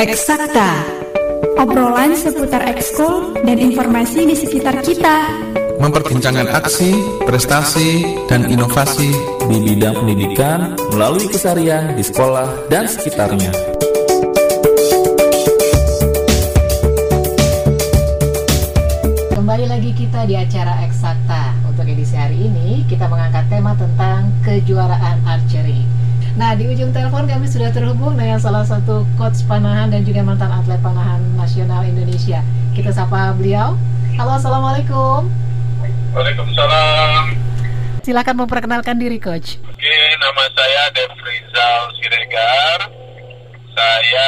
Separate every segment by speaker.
Speaker 1: Eksakta,
Speaker 2: obrolan seputar ekskul dan informasi di sekitar kita.
Speaker 3: Memperbincangkan aksi, prestasi, dan inovasi
Speaker 4: di bidang pendidikan melalui keseharian di sekolah dan sekitarnya.
Speaker 5: Kembali lagi kita di acara Eksakta. Untuk edisi hari ini kita mengangkat tema tentang kejuaraan archery. Nah, di ujung telepon kami sudah terhubung dengan salah satu coach panahan dan juga mantan atlet panahan nasional Indonesia. Kita sapa beliau. Halo, assalamualaikum.
Speaker 6: Waalaikumsalam.
Speaker 5: Silakan memperkenalkan diri, coach.
Speaker 6: Oke, nama saya Devrizal Siregar. Saya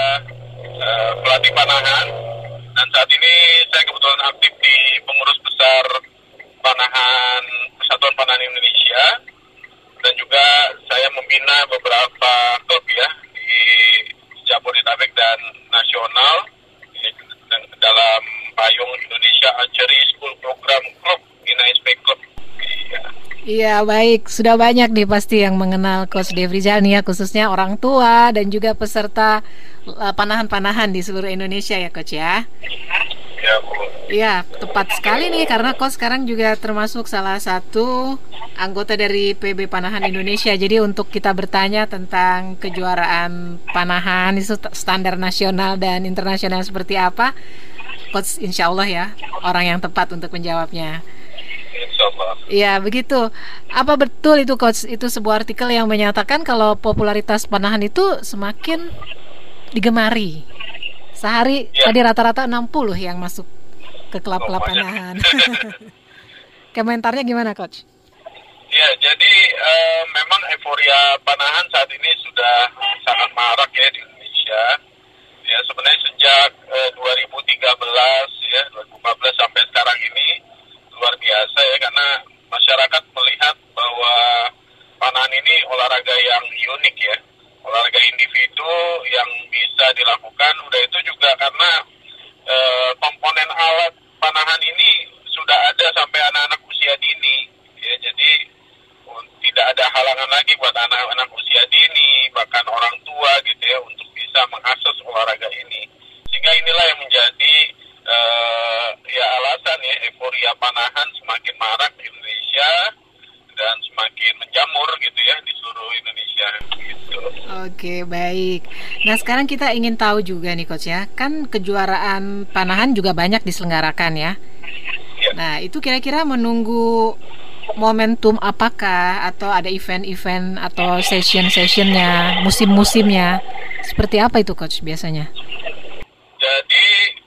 Speaker 6: pelatih panahan dan saat ini saya kebetulan aktif di pengurus besar panahan Persatuan Panahan Indonesia. Dan juga saya membina beberapa klub ya di Jabodetabek dan nasional dan dalam payung Indonesia Archery School Program Club INASP Club.
Speaker 5: Iya, baik, sudah banyak nih pasti yang mengenal Coach Devrizal nih ya, khususnya orang tua dan juga peserta panahan-panahan di seluruh Indonesia ya, Coach ya.
Speaker 6: Ya, Bu.
Speaker 5: Iya, tepat sekali nih karena Coach sekarang juga termasuk salah satu anggota dari PB Panahan Indonesia. Jadi untuk kita bertanya tentang kejuaraan panahan itu standar nasional dan internasional seperti apa, Coach insya Allah ya orang yang tepat untuk menjawabnya.
Speaker 6: Insyaallah.
Speaker 5: Iya, begitu. Apa betul itu, Coach? Itu sebuah artikel yang menyatakan kalau popularitas panahan itu semakin digemari. Sehari tadi rata-rata 60 yang masuk ke klub-klub panahan. Komentarnya gimana, Coach?
Speaker 6: Ya, jadi memang euforia panahan saat ini sudah sangat marak ya di Indonesia. Ya, sebenarnya sejak 2013 ya, 2014 sampai sekarang ini luar biasa ya, karena masyarakat melihat bahwa panahan ini olahraga yang unik ya. Olahraga individu yang bisa dilakukan, udah itu juga karena komponen alat panahan ini sudah ada sampai anak-anak usia dini ya, jadi tidak ada halangan lagi buat anak-anak usia dini bahkan orang tua gitu ya untuk bisa mengakses olahraga ini, sehingga inilah yang menjadi ya alasan ya euforia panahan semakin marak di Indonesia dan semakin menjamur gitu ya di seluruh Indonesia gitu.
Speaker 5: Oke, baik. Nah, sekarang kita ingin tahu juga nih, Coach ya. Kan kejuaraan panahan juga banyak diselenggarakan ya. Nah, itu kira-kira menunggu momentum apakah atau ada event-event atau session-sessionnya, musim-musimnya. Seperti apa itu, Coach, biasanya?
Speaker 6: Jadi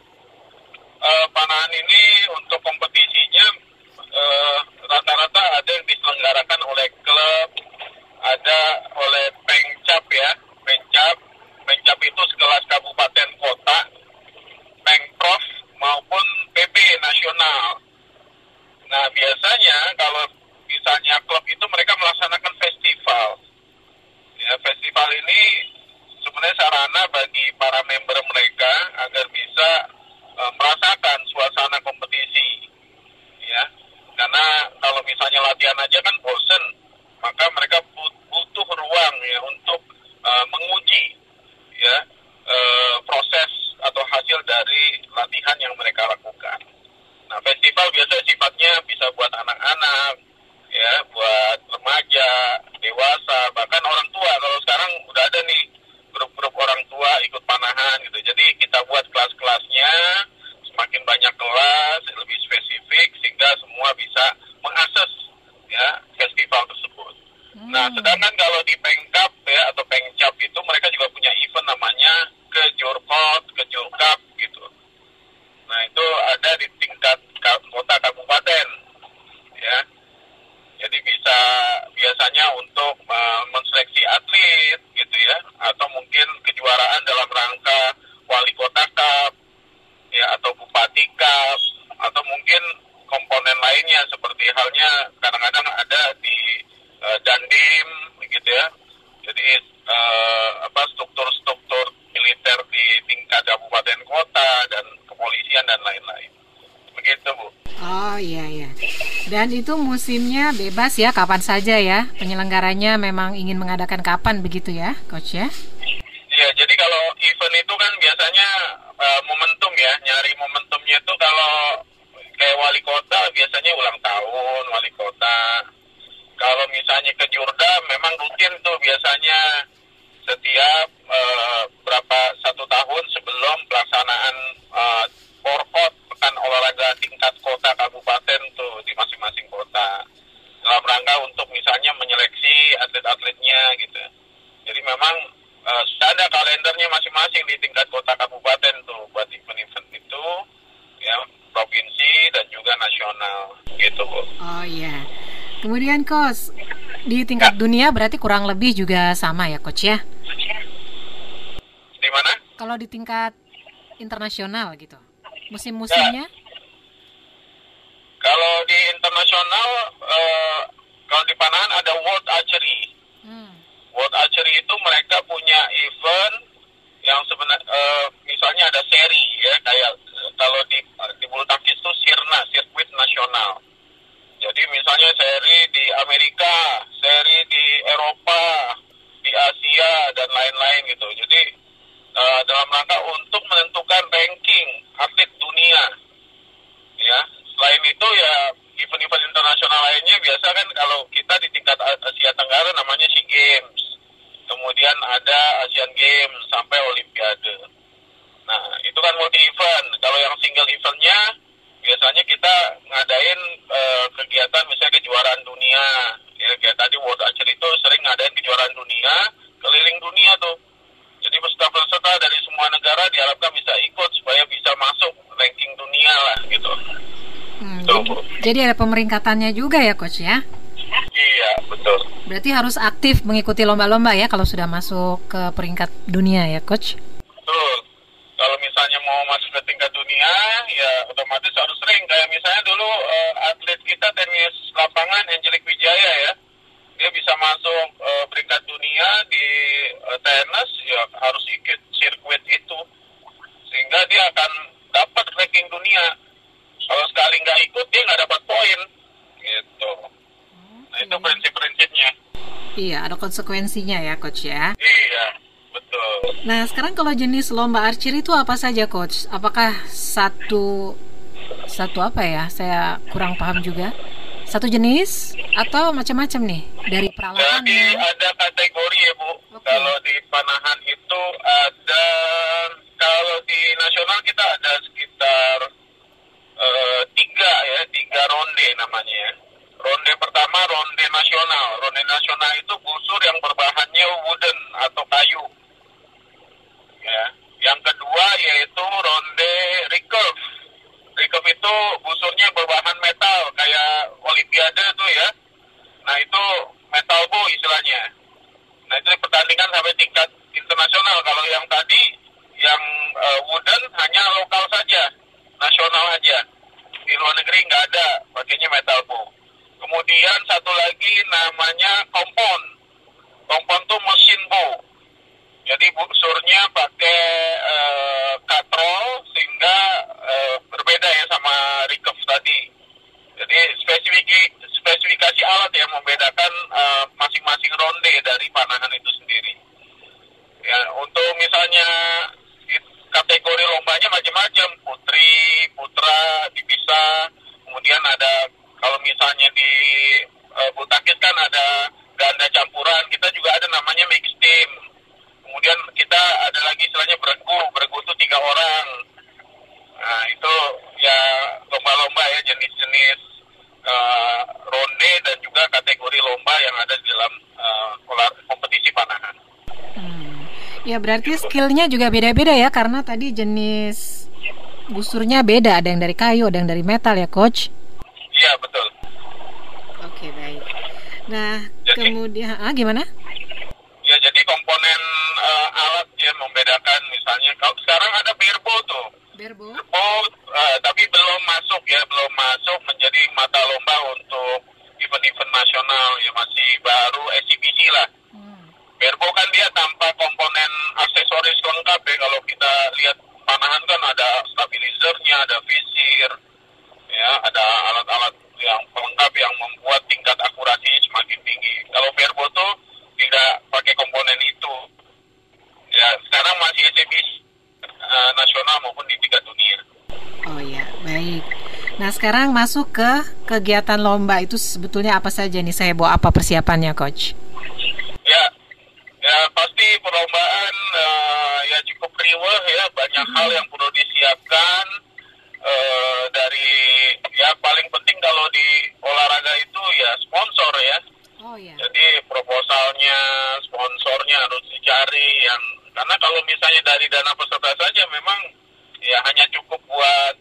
Speaker 6: panahan ini untuk kompetisinya rata-rata ada yang diselenggarakan oleh klub, ada oleh Pengcap ya. Pengcap itu sekelas kabupaten kota, Pengprov maupun PB nasional. Nah, biasanya kalau misalnya klub itu mereka melaksanakan festival. Ya, festival ini sebenarnya sarana bagi para member mereka agar bisa merasakan suasana kompetisi. Ya. Karena kalau misalnya latihan aja kan bosen, maka mereka butuh ruang ya untuk menguji ya proses atau hasil dari latihan yang mereka lakukan. Nah, festival biasanya sifatnya bisa buat anak-anak, ya, buat remaja, dewasa, bahkan orang tua. Kalau sekarang udah ada nih grup-grup orang tua ikut panahan gitu. Jadi kita buat kelas-kelasnya, semakin banyak kelas, lebih spesifik sehingga semua bisa mengakses ya festival tersebut. Nah, sedangkan kalau di Pengkap ya atau Pengcap itu mereka juga punya event namanya Kejurkot, Kejurkap gitu. Nah, itu ada di tingkat kota kabupaten ya. Jadi bisa biasanya untuk menseleksi atlet gitu ya, atau mungkin kejuaraan dalam rangka wali kota cup ya, atau bupati cup, atau mungkin komponen lainnya seperti halnya kadang-kadang ada di Dandim gitu ya. Jadi struktur-struktur militer di tingkat kabupaten kota dan kepolisian dan lain-lain. Begitu, Bu.
Speaker 5: Oh iya. Dan itu musimnya bebas ya, kapan saja ya. Penyelenggaranya memang ingin mengadakan kapan begitu ya, Coach ya?
Speaker 6: Iya, jadi kalau kalau event itu kan biasanya momentum ya, nyari momentumnya itu kalau kayak wali kota biasanya ulang tahun wali kota. Kalau misalnya ke Jurda memang rutin tuh biasanya setiap berapa 1 tahun sebelum pelaksanaan Porkot, pekan olahraga tingkat kota kabupaten tuh di masing-masing kota. Dalam rangka untuk misalnya menyeleksi atlet-atletnya gitu. Jadi memang sudah ada kalendernya masing-masing di tingkat kota kabupaten tuh buat event-event itu, ya provinsi dan juga nasional gitu Bu.
Speaker 5: Oh iya. Kemudian Coach, di tingkat dunia berarti kurang lebih juga sama ya Coach ya?
Speaker 6: Di mana?
Speaker 5: Kalau di tingkat internasional gitu, musim-musimnya?
Speaker 6: Kalau di internasional, kalau di Panahan ada World Archery. World Archery itu mereka punya event yang sebenarnya misalnya ada seri ya, kayak kalau di bulu tangkis itu Sirna, sirkuit nasional. Jadi misalnya seri di Amerika, seri di Eropa, di Asia dan lain-lain gitu. Jadi dalam rangka untuk menentukan ranking atlet dunia. Ya, selain itu ya event-event internasional lainnya biasa kan kalau kita di tingkat Asia Tenggara namanya SEA Games. Kemudian ada Asian Games sampai Olimpiade. Nah, itu kan multi event. Kalau yang single eventnya biasanya kita ngadain kegiatan misalnya kejuaraan dunia. Ya, kayak tadi World Archery itu sering ngadain kejuaraan dunia, keliling dunia tuh. Jadi peserta-peserta dari semua negara diharapkan bisa ikut supaya bisa masuk ranking dunia lah gitu.
Speaker 5: Jadi ada pemeringkatannya juga ya Coach ya?
Speaker 6: Iya, betul.
Speaker 5: Berarti harus aktif mengikuti lomba-lomba ya kalau sudah masuk ke peringkat dunia ya Coach?
Speaker 6: Betul. Kalau misalnya mau masuk ke tingkat dunia, ya otomatis harus sering. Kayak misalnya dulu atlet kita tenis lapangan Angelic Wijaya ya, dia bisa masuk peringkat dunia di tenis, ya harus ikut sirkuit itu. Sehingga dia akan dapat ranking dunia. Kalau sekali nggak ikut, dia nggak dapat poin. Gitu. Nah, itu prinsip-prinsipnya.
Speaker 5: Iya, ada konsekuensinya ya Coach ya?
Speaker 6: Iya, betul.
Speaker 5: Nah, sekarang kalau jenis lomba archery itu apa saja Coach? Apakah satu apa ya? Saya kurang paham juga. Satu jenis atau macam-macam nih dari peralatannya?
Speaker 6: Jadi ada kategori ya Bu. Okay. Kalau di Panahan itu ada, kalau di nasional kita ada sekitar 3 ronde namanya. Ronde pertama ronde nasional. Ronde nasional itu busur yang berbahannya wooden atau kayu. Ya. Yang kedua yaitu ronde recurve. Recurve itu busurnya berbahan metal kayak Olimpiade tuh ya. Nah itu metal bow istilahnya. Nah itu pertandingan sampai tingkat internasional. Kalau yang tadi yang wooden hanya lokal saja, nasional aja. Di luar negeri nggak ada pakainya metal bow. Kemudian satu lagi namanya kompon. Kompon tuh mesin bow. Jadi busurnya pakai katrol sehingga berbeda ya sama recurve tadi. Jadi spesifikasi alat yang membedakan masing-masing ronde dari Panahan itu sendiri. Ya, untuk misalnya kategori lombanya macam-macam, putri, putra, dipisah. Kemudian ada kalau misalnya di bulu tangkis kan ada ganda campuran, kita juga ada namanya mixed team. Kemudian kita ada lagi istilahnya beregu itu 3 orang. Nah itu ya lomba-lomba ya jenis-jenis ronde dan juga kategori lomba yang ada di dalam kompetisi Panahan.
Speaker 5: Ya berarti skillnya juga beda-beda ya, karena tadi jenis busurnya beda, ada yang dari kayu, ada yang dari metal ya Coach?
Speaker 6: Iya betul.
Speaker 5: Oke, baik. Nah kemudian gimana?
Speaker 6: Ya jadi komponen alat yang membedakan misalnya kalau sekarang ada barebow tuh.
Speaker 5: Barebow?
Speaker 6: Tapi belum masuk menjadi mata lomba untuk event-event nasional ya, masih baru SCPC lah. Barebow kan dia tanpa komponen aksesoris lengkap ya. Kalau kita lihat Panahan kan ada stabilizernya, ada visir, ya ada alat-alat yang pelengkap yang membuat tingkat akurasinya semakin tinggi. Kalau barebow tuh tidak pakai komponen itu. Ya sekarang masih
Speaker 5: Nah, sekarang masuk ke kegiatan lomba. Itu sebetulnya apa saja nih, saya bawa apa persiapannya, Coach?
Speaker 6: Ya pasti perlombaan ya cukup riweh ya, banyak hal yang perlu disiapkan. Dari ya paling penting kalau di olahraga itu ya sponsor ya.
Speaker 5: Oh ya.
Speaker 6: Jadi proposalnya, sponsornya harus dicari yang, karena kalau misalnya dari dana peserta saja memang ya hanya cukup buat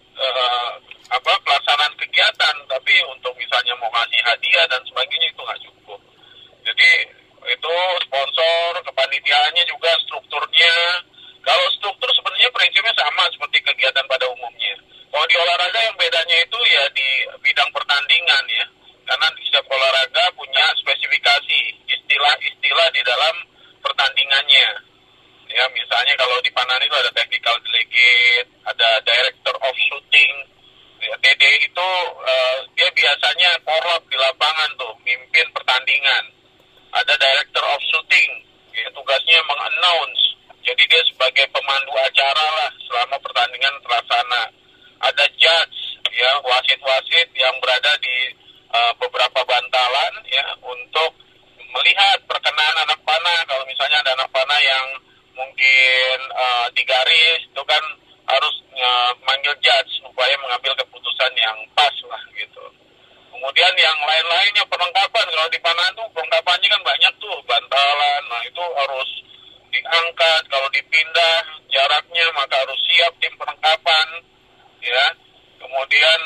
Speaker 6: pelaksanaan kegiatan, tapi untuk misalnya mau ngasih hadiah dan sebagainya itu nggak cukup. Jadi itu sponsor, kepanitiaannya juga strukturnya. Kalau struktur sebenarnya prinsipnya sama seperti kegiatan pada umumnya. Kalau di olahraga yang bedanya itu ya di bidang pertandingan ya. Karena setiap olahraga punya spesifikasi istilah-istilah di dalam pertandingannya. Ya, misalnya kalau di Panahan itu ada technical delegate, ada director of shooting. Ya, TD itu dia biasanya korlap di lapangan tuh, mimpin pertandingan. Ada director of shooting, ya, tugasnya meng-announce. Jadi dia sebagai pemandu acara lah selama pertandingan terlaksana. Ada judge, ya, wasit-wasit yang berada di beberapa bantalan ya untuk melihat perkenaan anak panah. Kalau misalnya ada anak panah yang mungkin di garis, itu kan harus manggil judge supaya mengambil keputusan yang pas lah gitu. Kemudian yang lain-lainnya perlengkapan. Kalau di Panahan tuh perlengkapannya kan banyak tuh, bantalan, nah itu harus diangkat. Kalau dipindah jaraknya maka harus siap tim perlengkapan ya. Kemudian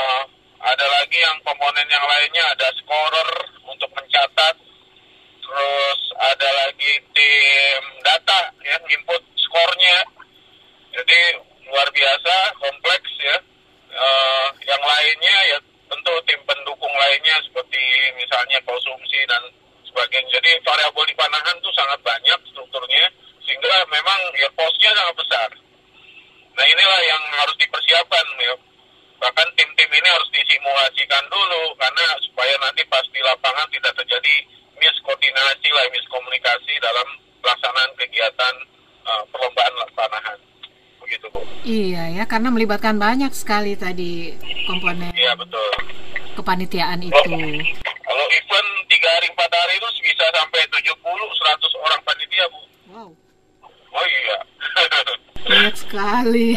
Speaker 6: ada lagi yang komponen yang lainnya, ada scorer untuk mencatat, terus ada lagi tim data ya, input skornya. Jadi luar biasa kompleks ya. Yang lainnya ya tentu tim pendukung lainnya seperti misalnya konsumsi dan sebagainya. Jadi variabel di Panahan itu sangat banyak strukturnya, sehingga memang ya posnya sangat besar. Nah inilah yang harus dipersiapkan ya. Bahkan tim-tim ini harus disimulasikan dulu, karena supaya nanti pas di lapangan tidak terjadi miskoordinasi lah, miskomunikasi dalam pelaksanaan kegiatan perlombaan Panahan. Begitu, Bu.
Speaker 5: Iya ya, karena melibatkan banyak sekali tadi komponen.
Speaker 6: Iya, betul.
Speaker 5: Kepanitiaan itu.
Speaker 6: Kalau event 3 hari 4 hari itu bisa sampai 70-100 orang panitia, Bu.
Speaker 5: Wow.
Speaker 6: Oh iya.
Speaker 5: Banyak sekali.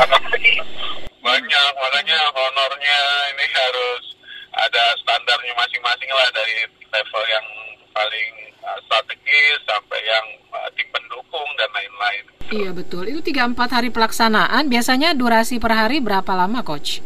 Speaker 6: Banyak, makanya honornya ini harus ada standarnya masing-masing lah, dari level yang paling strategis sampai yang tim pendukung dan lain-lain.
Speaker 5: Iya betul. Itu 3-4 hari pelaksanaan. Biasanya durasi per hari berapa lama, Coach?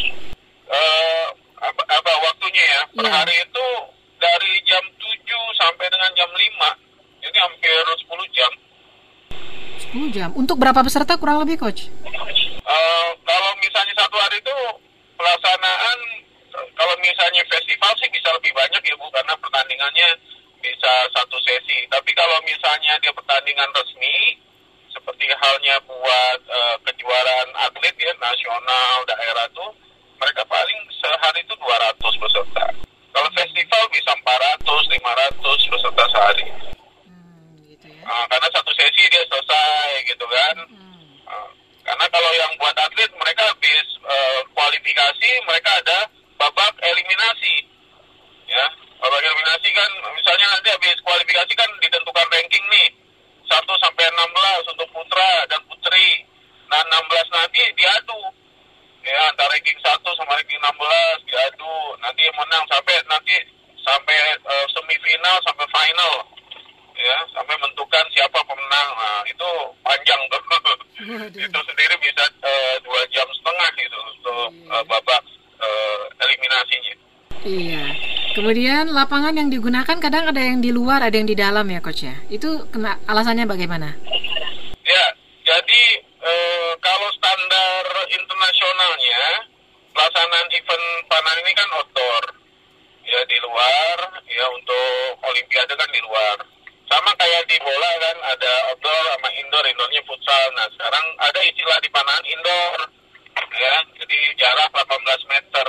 Speaker 6: Apa waktunya ya? Per
Speaker 5: Iya.
Speaker 6: hari itu dari jam 7 sampai dengan jam 5. Jadi hampir 10 jam.
Speaker 5: 10 jam. Untuk berapa peserta kurang lebih, Coach?
Speaker 6: Kalau misalnya satu hari itu pelaksanaan, kalau misalnya festival sih bisa lebih banyak ya, Bu, karena pertandingannya bisa satu sesi. Tapi kalau misalnya dia pertandingan resmi, seperti halnya buat kejuaraan atlet ya, nasional, daerah tuh, mereka paling sehari itu 200 peserta. Kalau festival bisa 400-500 peserta sehari.
Speaker 5: Gitu ya.
Speaker 6: Karena satu sesi dia selesai gitu kan. Karena kalau yang buat atlet, mereka habis kualifikasi, mereka ada babak eliminasi. Ya, babak eliminasi kan, misalnya nanti habis kualifikasi kan ditentukan ranking nih, 1-16 untuk putra dan putri. Nah, 16 nanti diadu. Ya, antara ranking 1 sama ranking 16 diadu. Nanti yang menang sampai semifinal sampai final. Ya, sampai menentukan siapa pemenang. Nah, itu panjang tuh. Itu sendiri bisa 2,5 jam gitu untuk babak eliminasinya.
Speaker 5: Iya. Kemudian lapangan yang digunakan kadang ada yang di luar, ada yang di dalam ya, Coach ya. Itu alasannya bagaimana?
Speaker 6: Ya, jadi kalau standar internasionalnya, pelaksanaan event Panahan ini kan outdoor. Ya, di luar, ya untuk olimpiade kan di luar. Sama kayak di bola kan, ada outdoor sama indoor, indoornya futsal. Nah, sekarang ada istilah di Panahan indoor. Ya, jadi jarak 18 meter.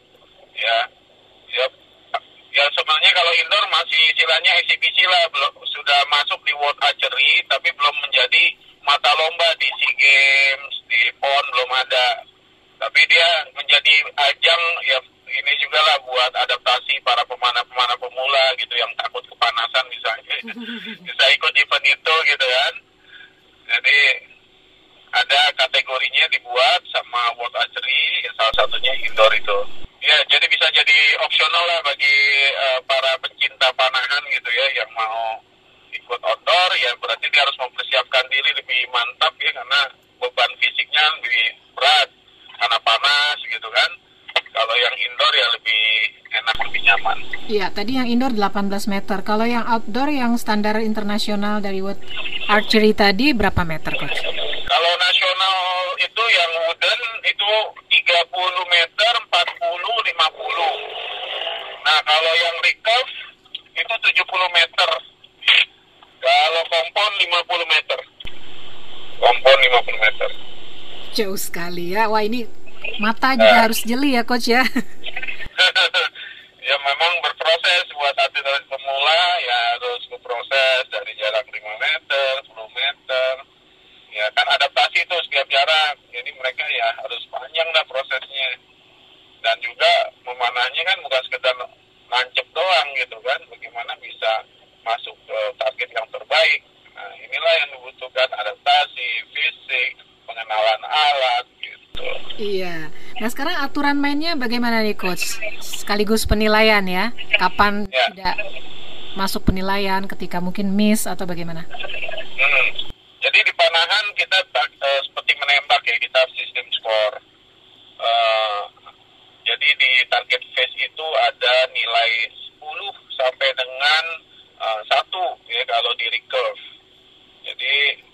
Speaker 6: Ya sebenarnya kalau indoor masih istilahnya eksibisi lah, belum sudah masuk di World Archery, tapi belum menjadi mata lomba di SEA Games, di PON belum ada. Tapi dia menjadi ajang ya ini juga lah buat adaptasi para pemanah-pemanah pemula gitu yang takut kepanasan misalnya bisa ikut event itu gitu kan. Jadi ada kategorinya dibuat sama World Archery, salah satunya indoor itu. Ya, jadi bisa jadi opsional lah bagi para pencinta panahan gitu ya yang mau ikut outdoor, ya berarti dia harus mempersiapkan diri lebih mantap ya karena beban fisiknya lebih berat karena panas gitu kan. Kalau yang indoor ya lebih enak, lebih nyaman.
Speaker 5: Iya, tadi yang indoor 18 meter. Kalau yang outdoor yang standar internasional dari World Archery tadi berapa meter, Coach?
Speaker 6: Kalau nasional itu yang wooden itu 30 meter, 40, 50. Nah, kalau yang recurve itu 70 meter. Kalau kompon 50 meter. Kompon 50 meter.
Speaker 5: Jauh sekali ya. Wah, ini mata juga harus jeli ya, Coach ya.
Speaker 6: Ya memang berproses buat atlet pemula, ya harus berproses dari jarak 5 meter, 10 meter. Ya kan adaptasi itu setiap jarak. Jadi mereka ya harus panjang lah prosesnya. Dan juga memanahnya kan bukan sekedar nancep doang gitu kan. Bagaimana bisa masuk ke target yang terbaik. Nah, inilah yang dibutuhkan adaptasi, fisik, pengenalan alat gitu.
Speaker 5: Iya. Nah, sekarang aturan mainnya bagaimana nih, Coach? Sekaligus penilaian ya. Kapan tidak masuk penilaian, ketika mungkin miss atau bagaimana?
Speaker 6: Jadi di panahan kita seperti menembak ya, kita sistem skor. Jadi di target phase itu ada nilai 10 sampai dengan 1 ya kalau di recurve. Jadi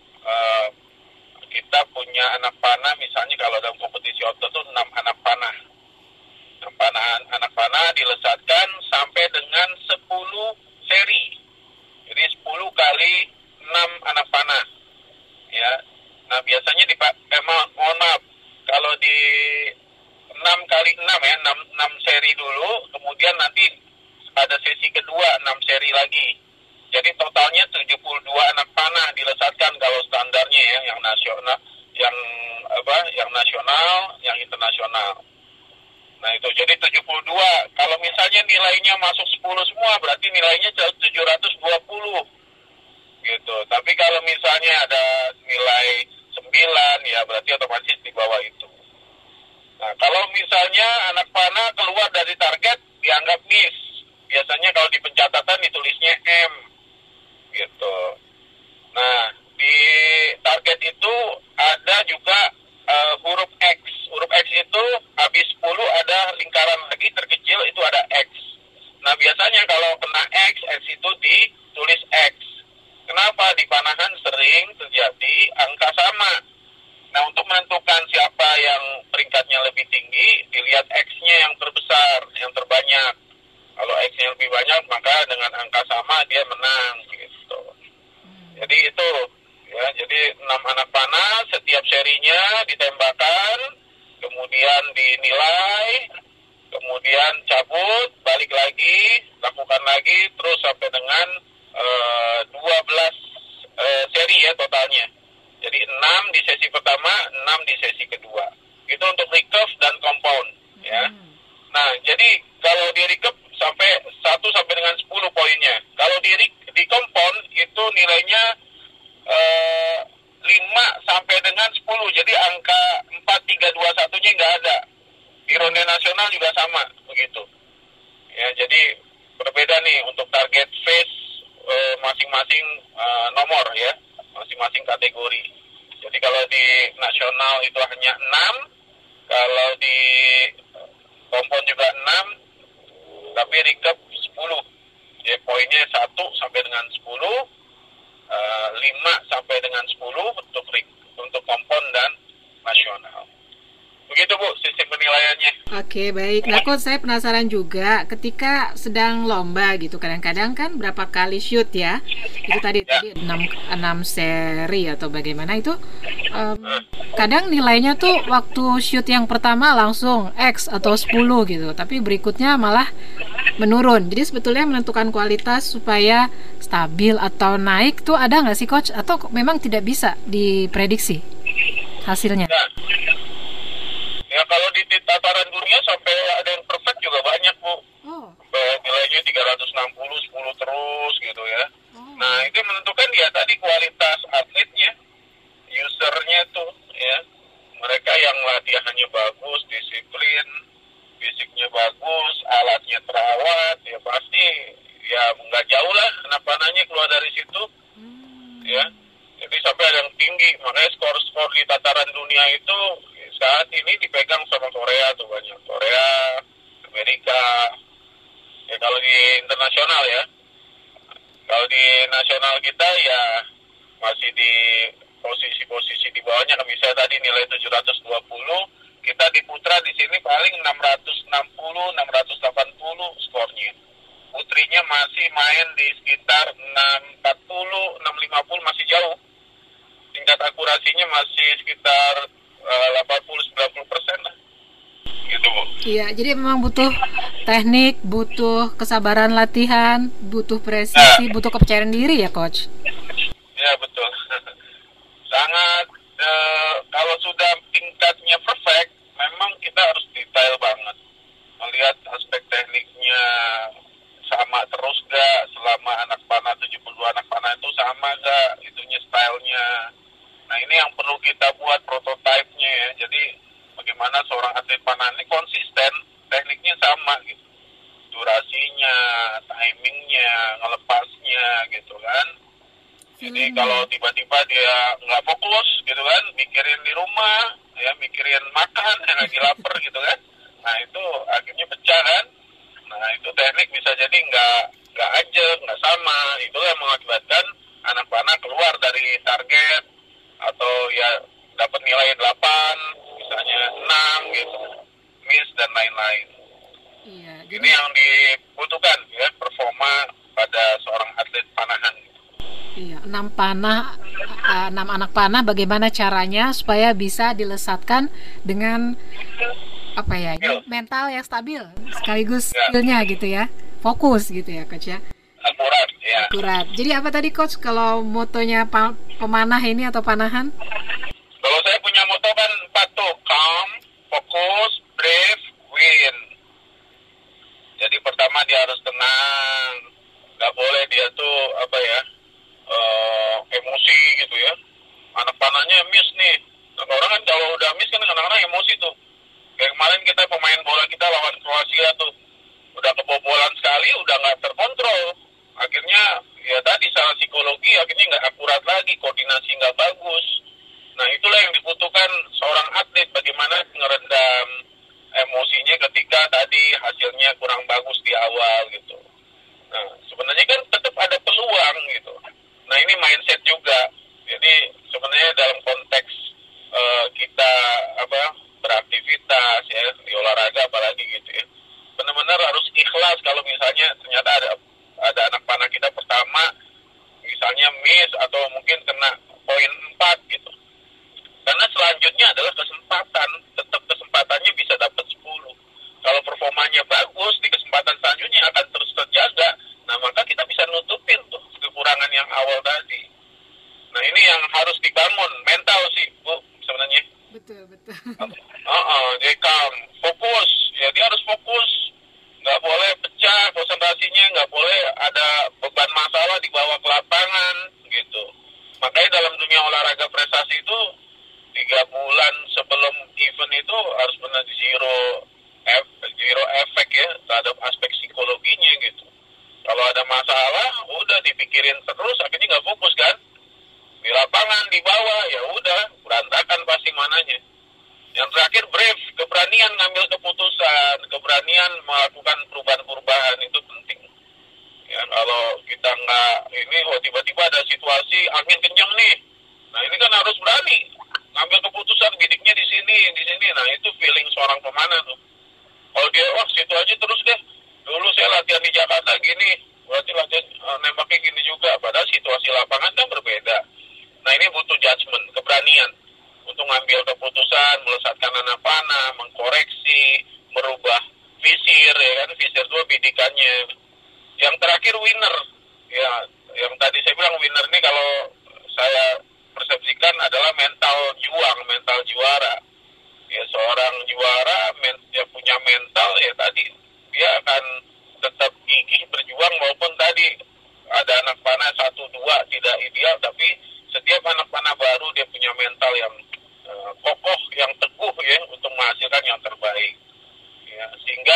Speaker 6: kita punya anak panah, misalnya kalau dalam kompetisi outdoor itu 6 anak panah. Anak panah dilesatkan sampai dengan 10 seri. Jadi 10 kali 6 anak panah. Ya. Nah, biasanya mohon maaf, kalau di 6 kali 6 ya, 6 seri dulu, kemudian nanti ada sesi kedua 6 seri lagi. Jadi totalnya 72 anak panah dilesatkan kalau standarnya ya, yang nasional, yang nasional, yang internasional. Nah itu jadi 72. Kalau misalnya nilainya masuk 10 semua, berarti nilainya 720 gitu. Tapi kalau misalnya ada nilai 9 ya berarti otomatis di bawah itu. Nah kalau misalnya anak panah keluar dari target dianggap miss. Biasanya kalau di pencatatan ditulisnya M gitu. Nah di target itu ada juga huruf X. Huruf X itu habis 10 ada lingkaran lagi terkecil, itu ada X. Nah biasanya kalau kena X itu ditulis X. Kenapa? Di panahan sering terjadi angka sama. Nah untuk menentukan siapa yang peringkatnya lebih tinggi, dilihat X-nya yang terbesar, yang terbanyak. Kalau X-nya lebih banyak, maka dengan angka sama dia menang gitu. Jadi itu ya, jadi 6 anak panah setiap serinya ditembakkan, kemudian dinilai, kemudian cabut, balik lagi, lakukan lagi, terus sampai dengan 12 seri ya totalnya. Jadi 6 di sesi pertama, 6 di sesi kedua. Itu untuk recurve dan compound ya. Nah, jadi kalau di recurve sampai 1 sampai dengan 10 poinnya. Kalau di compound itu nilainya 5 sampai dengan 10. Jadi angka 4, 3, 2, 1-nya nggak ada. Di ronde nasional juga sama begitu. Ya, jadi berbeda nih untuk target phase masing-masing nomor ya, masing-masing kategori. Jadi kalau di nasional itu hanya 6, kalau di kompon juga 6, tapi recurve 10. Ya, poinnya 1 sampai dengan 10, 5 sampai dengan 10 untuk kompon dan nasional. Begitu Bu, sistem penilaiannya.
Speaker 5: Oke, baik. Nah, Coach, saya penasaran juga ketika sedang lomba gitu, kadang-kadang kan berapa kali shoot ya? Itu tadi 6 seri atau bagaimana itu? Kadang nilainya tuh waktu shoot yang pertama langsung X atau 10 gitu, tapi berikutnya malah menurun. Jadi sebetulnya menentukan kualitas supaya stabil atau naik tuh ada nggak sih, Coach? Atau memang tidak bisa diprediksi hasilnya?
Speaker 6: Ya, kalau dunia sampai ada yang perfect juga banyak, Bu.
Speaker 5: Oh.
Speaker 6: Nilainya 360, 10 terus gitu ya. Nah, itu menentukan ya tadi kualitas atletnya, usernya tuh ya. Mereka yang latihannya bagus, disiplin, fisiknya bagus, alatnya terawat, ya pasti ya nggak jauh lah anak panahnya keluar dari situ. Ya. Jadi sampai ada yang tinggi, makanya skor-skor di tataran dunia itu saat ini dipegang sama Korea tuh banyak. Korea, Amerika. Ya kalau di internasional ya. Kalau di nasional kita ya masih di posisi-posisi di bawahnya. Misalnya tadi nilai 720, kita di putra di sini paling 660, 680 skornya. Putrinya masih main di sekitar 640, 650 masih jauh. Tingkat akurasinya masih sekitar 80-90% lah. Gitu, Bu.
Speaker 5: Iya, jadi memang butuh teknik, butuh kesabaran latihan, butuh presisi, butuh kepercayaan diri ya, Coach?
Speaker 6: Ya, betul. Sangat, kalau sudah tingkatnya perfect, memang kita harus detail banget. Melihat aspek tekniknya sama terus gak, selama anak panah 72 anak panah itu sama gak, itunya stylenya. Nah, ini yang perlu kita buat prototipe-nya ya. Jadi, bagaimana seorang atlet panah ini konsisten, tekniknya sama gitu. Durasinya, timingnya, ngelepasnya gitu kan. Jadi kalau tiba-tiba dia nggak fokus gitu kan, mikirin di rumah, ya mikirin makan, yang lagi lapar gitu kan. Nah itu akhirnya pecah kan. Nah itu teknik bisa jadi nggak aja, nggak sama. Itu yang mengakibatkan anak panah keluar dari target atau ya dapat nilai 8, misalnya 6 gitu, miss dan lain-lain.
Speaker 5: Iya.
Speaker 6: Ini yang dibutuhkan ya performa pada seorang atlet panahan.
Speaker 5: Iya, 6 anak panah bagaimana caranya supaya bisa dilesatkan dengan apa ya, mental yang stabil sekaligus skillnya gitu ya, fokus gitu ya, Coach ya.
Speaker 6: Akurat ya.
Speaker 5: Akurat. Jadi apa tadi, Coach, kalau motonya pemanah ini atau panahan?
Speaker 6: Kalau saya punya moto kan 4 tuh, calm, fokus, brave, win. Jadi pertama dia harus tenang, nggak boleh dia tuh apa ya, emosi gitu ya. Anak panahnya miss nih. Nah, orang kan kalau udah miss kan kadang-kadang emosi tuh. Kayak kemarin kita pemain bola kita lawan Kroasia tuh, udah kebobolan sekali, udah nggak terkontrol. Akhirnya ya tadi secara psikologi akhirnya nggak akurat lagi, koordinasi nggak bagus. Nah itulah yang dibutuhkan seorang atlet, bagaimana ngeredam emosinya ketika tadi hasilnya kurang bagus di awal gitu. Nah sebenarnya kan tetap ada peluang gitu. Nah ini mindset juga. Jadi sebenarnya dalam konteks kita beraktivitas ya di olahraga apalagi gitu ya, benar-benar harus ikhlas kalau misalnya ternyata ada anak panah kita pertama misalnya miss atau mungkin kena poin 4 gitu. Karena selanjutnya adalah kesempatan, tetap kesempatannya bisa dapat 10. Kalau performanya bagus di kesempatan selanjutnya akan terus terjaga. Nah maka kita bisa nutupin tuh kekurangan yang awal tadi. Nah ini yang harus dibangun mental sih, Bu, sebenarnya.
Speaker 5: Betul.
Speaker 6: Dia calm, fokus. Ya dia harus fokus. Nggak boleh pecah konsentrasinya, nggak boleh ada beban masalah dibawa ke lapangan gitu. Makanya dalam dunia olahraga prestasi itu 3 bulan sebelum event itu harus benar zero efek ya terhadap aspek psikologinya gitu. Kalau ada masalah, udah dipikirin terus, akhirnya nggak fokus kan. Di lapangan, di bawah, ya udah berantakan pasti mananya. Yang terakhir brave, keberanian ngambil keputusan, keberanian melakukan perubahan-perubahan itu penting. Ya kalau kita nggak ini, tiba-tiba ada situasi angin kencang nih, nah ini kan harus berani ngambil keputusan, bidiknya di sini. Nah itu feeling seorang pemanah tuh. Kalau dia situ aja terus deh. Dulu saya latihan di Jakarta gini, berarti latihan nembaknya gini juga. Padahal situasi lapangan kan berbeda. Nah ini butuh judgement, keberanian untuk ngambil keputusan, melesatkan anak panah, mengkoreksi, merubah visir, ya kan, visir itu bidikannya. Yang terakhir winner, ya, yang tadi saya bilang winner ini kalau saya persepsikan adalah mental juang, mental juara. Ya seorang juara yang punya mental yang kokoh, yang teguh ya untuk menghasilkan yang terbaik. Ya, sehingga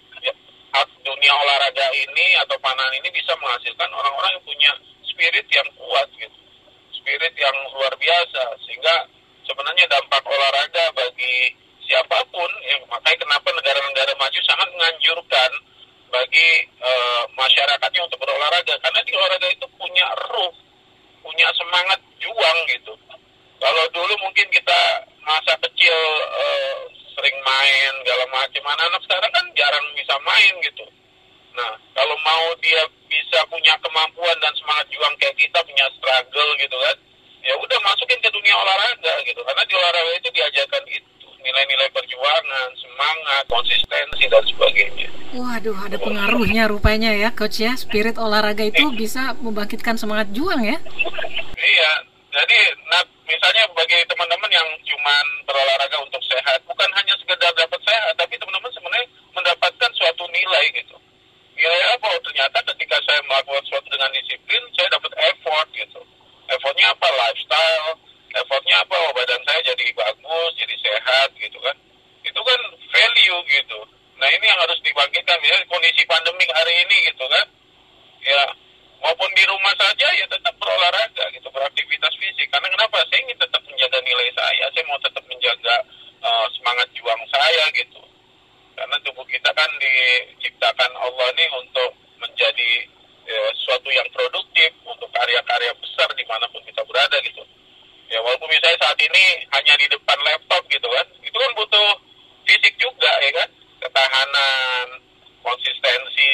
Speaker 6: dunia olahraga ini atau panahan ini bisa menghasilkan orang-orang yang punya spirit yang kuat gitu, spirit yang luar biasa, sehingga sebenarnya dampak olahraga bagi siapapun ya, makanya kenapa negara-negara maju sangat menganjurkan bagi masyarakatnya untuk berolahraga, karena di olahraga itu punya ruh, punya semangat juang gitu. Kalau dulu mungkin kita masa kecil sering main segala macam, anak-anak sekarang kan jarang bisa main gitu. Nah, kalau mau dia bisa punya kemampuan dan semangat juang kayak kita, punya struggle gitu kan, ya udah masukin ke dunia olahraga gitu, karena di olahraga itu diajarkan itu nilai-nilai perjuangan, semangat, konsistensi dan sebagainya.
Speaker 5: Waduh, ada pengaruhnya rupanya ya, Coach ya. Spirit olahraga itu bisa membangkitkan semangat juang ya.
Speaker 6: Iya, jadi misalnya bagi teman-teman yang cuman berolahraga untuk sehat, bukan hanya sekedar dapat sehat, tapi teman-teman sebenarnya mendapatkan suatu nilai gitu. Nilai apa? Ternyata ketika saya melakukan sesuatu dengan disiplin, saya dapat effort gitu. Effortnya apa? Lifestyle. Effortnya apa? Oh, badan saya jadi bagus, jadi sehat gitu kan. Itu kan value gitu. Nah, ini yang harus dibangkitkan ya, kondisi pandemik hari ini gitu kan. Ya, maupun di rumah saja ya tetap berolahraga gitu, beraktivitas fisik. Karena kenapa? Saya ingin tetap menjaga nilai saya mau tetap menjaga semangat juang saya gitu. Karena tubuh kita kan diciptakan Allah nih untuk menjadi sesuatu yang produktif, untuk karya-karya besar dimanapun kita berada gitu. Ya walaupun misalnya saat ini hanya di depan laptop gitu kan, itu kan butuh fisik juga ya kan, ketahanan, konsistensi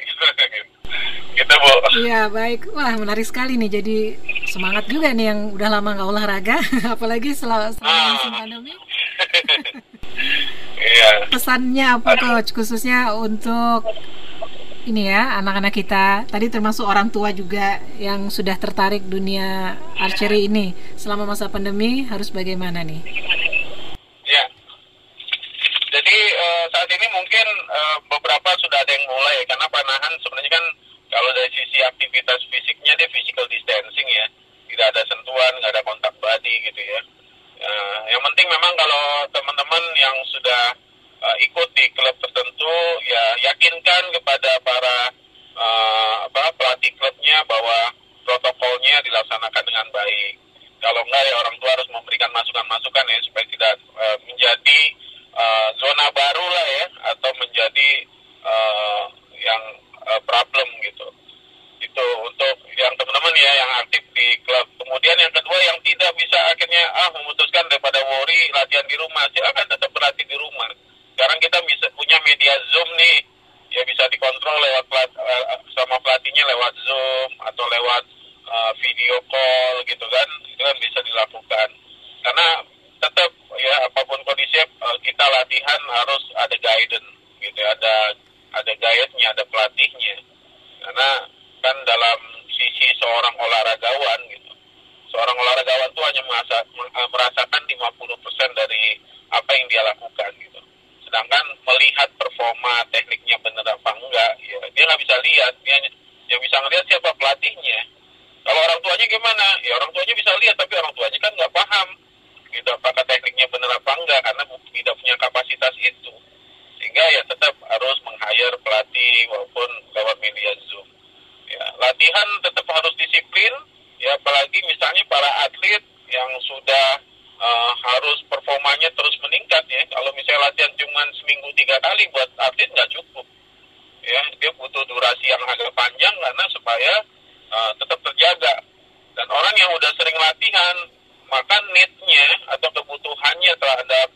Speaker 6: gitu Bu.
Speaker 5: Iya baik, wah menarik sekali nih, jadi semangat juga nih yang udah lama nggak olahraga, apalagi selama musim pandemi.
Speaker 6: Iya.
Speaker 5: Pesannya apa Coach, khususnya untuk ini ya, anak-anak kita, tadi termasuk orang tua juga yang sudah tertarik dunia archery ini, selama masa pandemi harus bagaimana nih?
Speaker 6: Ya, jadi saat ini mungkin beberapa sudah ada yang mulai, karena panahan sebenarnya kan kalau dari sisi aktivitas fisiknya dia physical distancing ya, tidak ada sentuhan, nggak ada kontak body gitu ya. Yang penting memang kalau teman-teman yang sudah ikut di klub tertentu, ya yakinkan kepada para pelatih klubnya bahwa protokolnya dilaksanakan dengan baik. Kalau enggak ya orang tua harus memberikan masukan-masukan ya, supaya tidak menjadi zona baru lah ya, atau menjadi yang problem gitu. Itu untuk yang teman-teman ya yang aktif di klub. Kemudian yang kedua, yang tidak bisa akhirnya memutuskan daripada worry latihan di rumah, silakan tetap berlatih di rumah. Sekarang kita bisa punya media Zoom nih, ya bisa dikontrol lewat sama pelatihnya lewat Zoom atau lewat video call gitu kan, itu kan bisa dilakukan. Karena tetap ya apapun kondisinya kita latihan harus ada guidance gitu, ada guide-nya, ada pelatihnya. Karena kan dalam sisi seorang olahragawan gitu, seorang olahragawan itu hanya merasakan 50% dari apa yang dia lakukan gitu. Sedangkan melihat performa tekniknya benar apa enggak, ya dia nggak bisa lihat. Dia yang bisa ngelihat siapa pelatihnya. Kalau orang tuanya gimana? Ya orang tuanya bisa lihat, tapi orang tuanya kan nggak paham gitu apakah tekniknya benar apa enggak, karena tidak punya kapasitas itu. Sehingga ya tetap harus meng-hire pelatih walaupun lewat media Zoom. Ya, latihan tetap harus disiplin, ya apalagi misalnya para atlet yang sudah harus performanya terus meningkat ya. Kalau misalnya latihan cuma seminggu 3 kali buat atlet nggak cukup. Ya, dia butuh durasi yang agak panjang karena supaya tetap terjaga. Dan orang yang udah sering latihan, maka need-nya atau kebutuhannya terhadap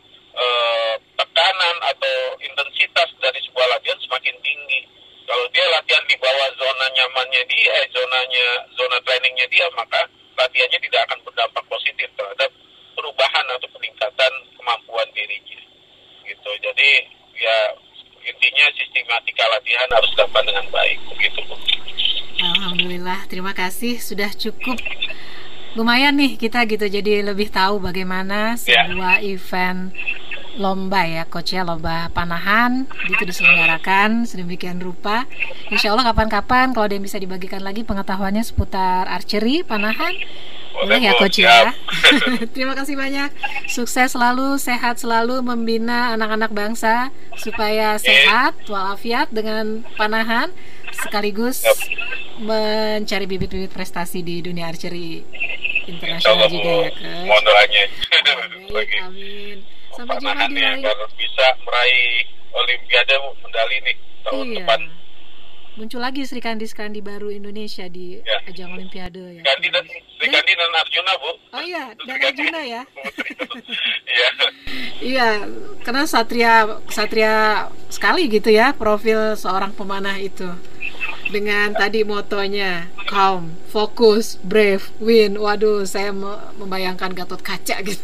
Speaker 6: tekanan atau intensitas dari sebuah latihan semakin tinggi. Kalau dia latihan di bawah zona nyamannya dia, zona trainingnya dia, maka latihannya tidak akan berdampak positif terhadap perubahan atau peningkatan kemampuan dirinya. Gitu. Jadi ya intinya sistematika latihan harus dilakukan dengan baik. Begitu, Bu.
Speaker 5: Alhamdulillah, terima kasih, sudah cukup lumayan nih kita gitu, jadi lebih tahu bagaimana sebuah event lomba ya Coach ya, lomba panahan itu diselenggarakan sedemikian rupa. Insya Allah kapan-kapan kalau ada yang bisa dibagikan lagi pengetahuannya seputar archery, panahan, Boleh ya Coach ya. Terima kasih banyak. Sukses selalu, sehat selalu membina anak-anak bangsa supaya sehat walafiat dengan panahan sekaligus mencari bibit-bibit prestasi di dunia archery internasional juga ya Coach.
Speaker 6: Mohon doanya.
Speaker 5: Baik, amin. Sampai jumpa
Speaker 6: Panahan
Speaker 5: di
Speaker 6: ya,
Speaker 5: lain.
Speaker 6: biar bisa meraih Olimpiade medali nih tahun depan.
Speaker 5: Muncul lagi Sri Kandi baru Indonesia di ajang Olimpiade ya.
Speaker 6: Sri Kandi dan Arjuna, Bu.
Speaker 5: Oh iya, dan Arjuna ya.
Speaker 6: Iya.
Speaker 5: Iya, karena satria sekali gitu ya profil seorang pemanah itu. Dengan tadi motonya calm, fokus, brave, win. Waduh, saya membayangkan Gatot Kaca gitu.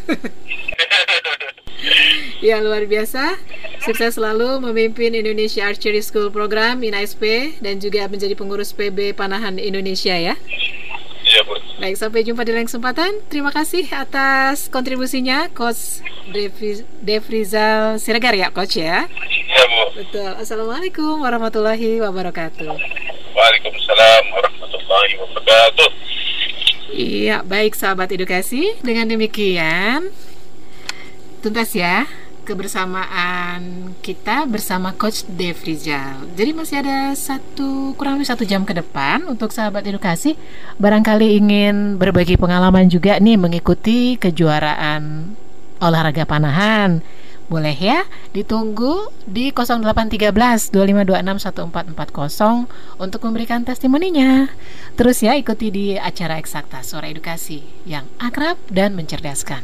Speaker 5: Ya, luar biasa. Sukses selalu memimpin Indonesia Archery School Program INASP dan juga menjadi pengurus PB Panahan Indonesia ya.
Speaker 6: Iya, Bu.
Speaker 5: Baik, sampai jumpa di lain kesempatan. Terima kasih atas kontribusinya Coach Devrizal Siregar ya, Coach ya.
Speaker 6: Iya, Bu.
Speaker 5: Betul. Assalamualaikum warahmatullahi wabarakatuh.
Speaker 6: Waalaikumsalam warahmatullahi wabarakatuh.
Speaker 5: Iya, baik sahabat edukasi. Dengan demikian tuntas ya kebersamaan kita bersama Coach Devrizal. Jadi masih ada kurang lebih 1 jam ke depan untuk sahabat edukasi. Barangkali ingin berbagi pengalaman juga nih mengikuti kejuaraan olahraga panahan. Boleh ya, ditunggu di 0813 2526 1440 untuk memberikan testimoninya. Terus ya ikuti di acara Eksakta Suara Edukasi yang akrab dan mencerdaskan.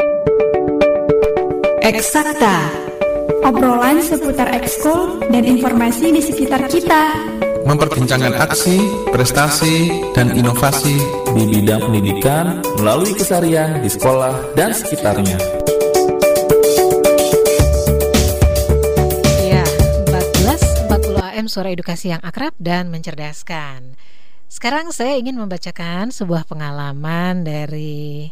Speaker 2: Eksakta, obrolan seputar ekskul dan informasi di sekitar kita.
Speaker 3: Memperbincangkan aksi, prestasi, dan inovasi
Speaker 4: di bidang pendidikan melalui keseharian di sekolah dan sekitarnya.
Speaker 5: Ya, 14.40 AM Suara Edukasi yang akrab dan mencerdaskan. Sekarang saya ingin membacakan sebuah pengalaman dari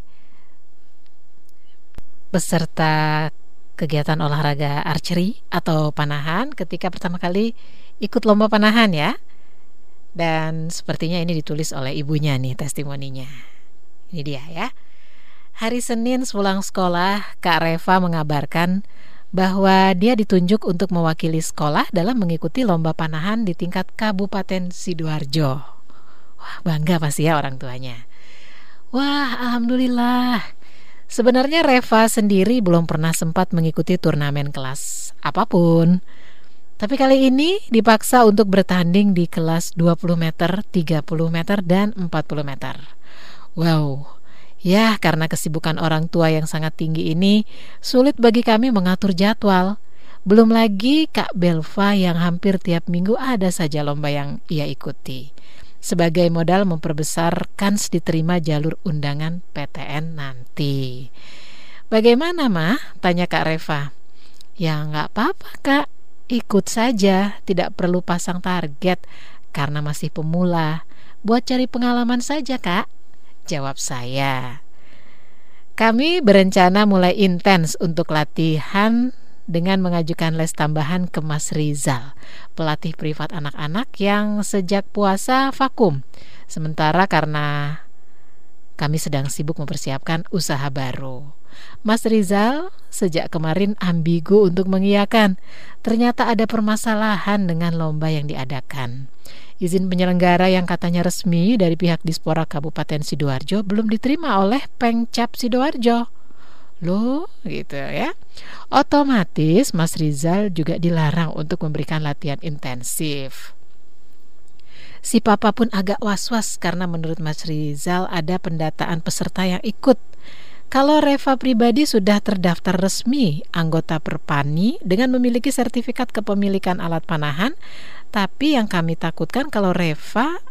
Speaker 5: peserta kegiatan olahraga archery atau panahan ketika pertama kali ikut lomba panahan ya. Dan sepertinya ini ditulis oleh ibunya nih testimoninya. Ini dia ya. Hari Senin sepulang sekolah, Kak Reva mengabarkan bahwa dia ditunjuk untuk mewakili sekolah dalam mengikuti lomba panahan di tingkat Kabupaten Sidoarjo. Wah, bangga pasti ya orang tuanya. Wah, alhamdulillah. Sebenarnya Reva sendiri belum pernah sempat mengikuti turnamen kelas apapun. Tapi kali ini dipaksa untuk bertanding di kelas 20 meter, 30 meter, dan 40 meter. Wow, ya karena kesibukan orang tua yang sangat tinggi ini, sulit bagi kami mengatur jadwal. Belum lagi Kak Belva yang hampir tiap minggu ada saja lomba yang ia ikuti. Sebagai modal memperbesar kans diterima jalur undangan PTN nanti. Bagaimana mah? Tanya Kak Reva. Ya nggak apa-apa Kak, ikut saja, tidak perlu pasang target karena masih pemula. Buat cari pengalaman saja Kak, jawab saya. Kami berencana mulai intens untuk latihan dengan mengajukan les tambahan ke Mas Rizal, pelatih privat anak-anak yang sejak puasa vakum. Sementara karena kami sedang sibuk mempersiapkan usaha baru. Mas Rizal sejak kemarin ambigu untuk mengiyakan. Ternyata ada permasalahan dengan lomba yang diadakan. Izin penyelenggara yang katanya resmi dari pihak Dispora Kabupaten Sidoarjo belum diterima oleh Pengcap Sidoarjo. Loh, gitu ya. Otomatis Mas Rizal juga dilarang untuk memberikan latihan intensif. Si papa pun agak was-was karena menurut Mas Rizal ada pendataan peserta yang ikut. Kalau Reva pribadi sudah terdaftar resmi anggota Perpani dengan memiliki sertifikat kepemilikan alat panahan, tapi yang kami takutkan kalau Reva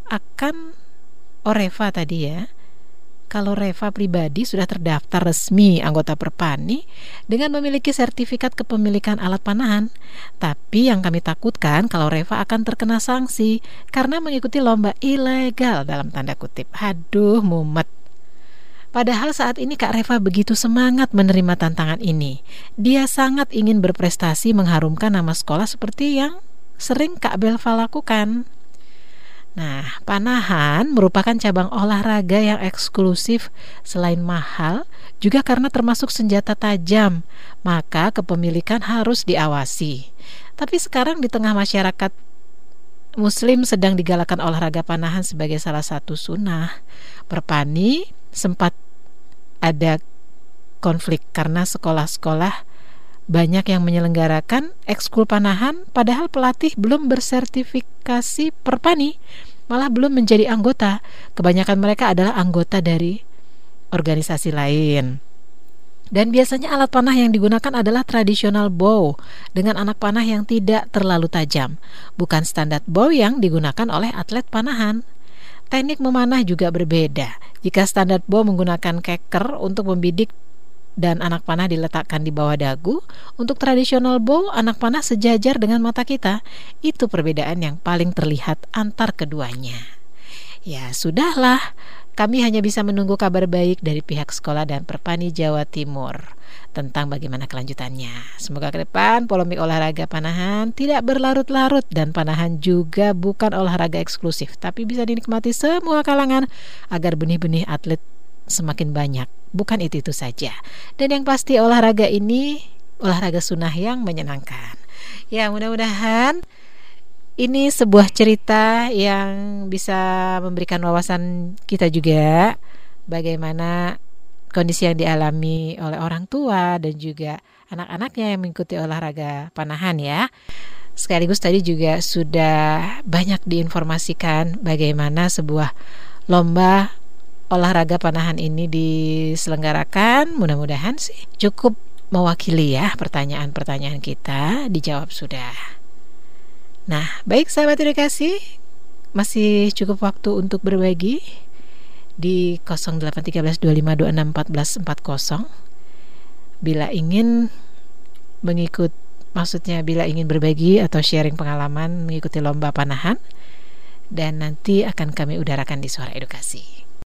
Speaker 5: kalau Reva pribadi sudah terdaftar resmi anggota Perpani dengan memiliki sertifikat kepemilikan alat panahan. Tapi yang kami takutkan kalau Reva akan terkena sanksi karena mengikuti lomba ilegal dalam tanda kutip. Aduh, mumet. Padahal saat ini Kak Reva begitu semangat menerima tantangan ini. Dia sangat ingin berprestasi mengharumkan nama sekolah seperti yang sering Kak Belva lakukan. Nah, panahan merupakan cabang olahraga yang eksklusif. Selain mahal, juga karena termasuk senjata tajam, maka kepemilikan harus diawasi. Tapi sekarang di tengah masyarakat Muslim sedang digalakan olahraga panahan sebagai salah satu sunnah. Perpani sempat ada konflik karena sekolah-sekolah banyak yang menyelenggarakan ekskul panahan, padahal pelatih belum bersertifikasi perpani, malah belum menjadi anggota. Kebanyakan mereka adalah anggota dari organisasi lain. Dan biasanya alat panah yang digunakan adalah tradisional bow dengan anak panah yang tidak terlalu tajam, bukan standar bow yang digunakan oleh atlet panahan. Teknik memanah juga berbeda. Jika standar bow menggunakan keker untuk membidik dan anak panah diletakkan di bawah dagu, untuk tradisional bow anak panah sejajar dengan mata kita. Itu perbedaan yang paling terlihat antar keduanya. Ya sudahlah, kami hanya bisa menunggu kabar baik dari pihak sekolah dan Perpani Jawa Timur tentang bagaimana kelanjutannya. Semoga ke depan polemik olahraga panahan tidak berlarut-larut, dan panahan juga bukan olahraga eksklusif, tapi bisa dinikmati semua kalangan agar benih-benih atlet semakin banyak. Bukan itu saja. Dan yang pasti olahraga ini olahraga sunnah yang menyenangkan. Ya, mudah-mudahan ini sebuah cerita yang bisa memberikan wawasan kita juga bagaimana kondisi yang dialami oleh orang tua dan juga anak-anaknya yang mengikuti olahraga panahan ya. Sekaligus tadi juga sudah banyak diinformasikan bagaimana sebuah lomba olahraga panahan ini diselenggarakan. Mudah-mudahan sih cukup mewakili ya pertanyaan-pertanyaan kita dijawab sudah. Nah, baik sahabat edukasi, masih cukup waktu untuk berbagi di 081325261440. Bila ingin bila ingin berbagi atau sharing pengalaman mengikuti lomba panahan, dan nanti akan kami udarakan di Suara Edukasi.